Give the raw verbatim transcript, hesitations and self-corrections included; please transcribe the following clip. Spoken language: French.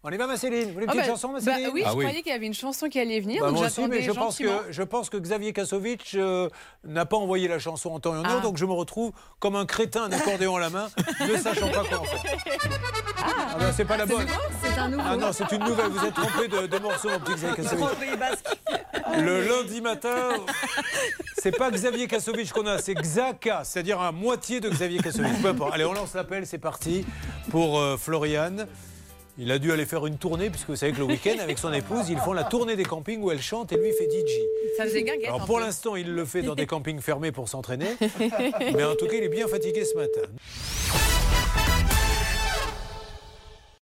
On y va, ma Céline. Vous voulez une Ah petite bah, chanson, ma bah Céline? oui, Ah je oui. croyais qu'il y avait une chanson qui allait venir, Bah, donc moi aussi, mais j'attendais je pense, gentiment. que, je pense que Xavier Kasovic euh, n'a pas envoyé la chanson en temps et en heure, Ah. donc je me retrouve comme un crétin, un accordéon à la main, ne sachant pas quoi en faire. Ah, ben, c'est pas la bonne. C'est un nouveau. Ah non, c'est une nouvelle. Vous êtes trompé de, de morceau, mon petit Xavier Kasovic. Le lundi matin, c'est pas Xavier Kasovic qu'on a, c'est Xaka, c'est-à-dire à moitié de Xavier Kasovic. Peu importe. Allez, on lance l'appel, c'est parti pour euh, Floriane. Il a dû aller faire une tournée, puisque vous savez que le week-end, avec son épouse, ils font la tournée des campings où elle chante et lui fait D J. Ça faisait guinguette. Alors un pour peu. l'instant, il le fait dans des campings fermés pour s'entraîner. Mais en tout cas, il est bien fatigué ce matin.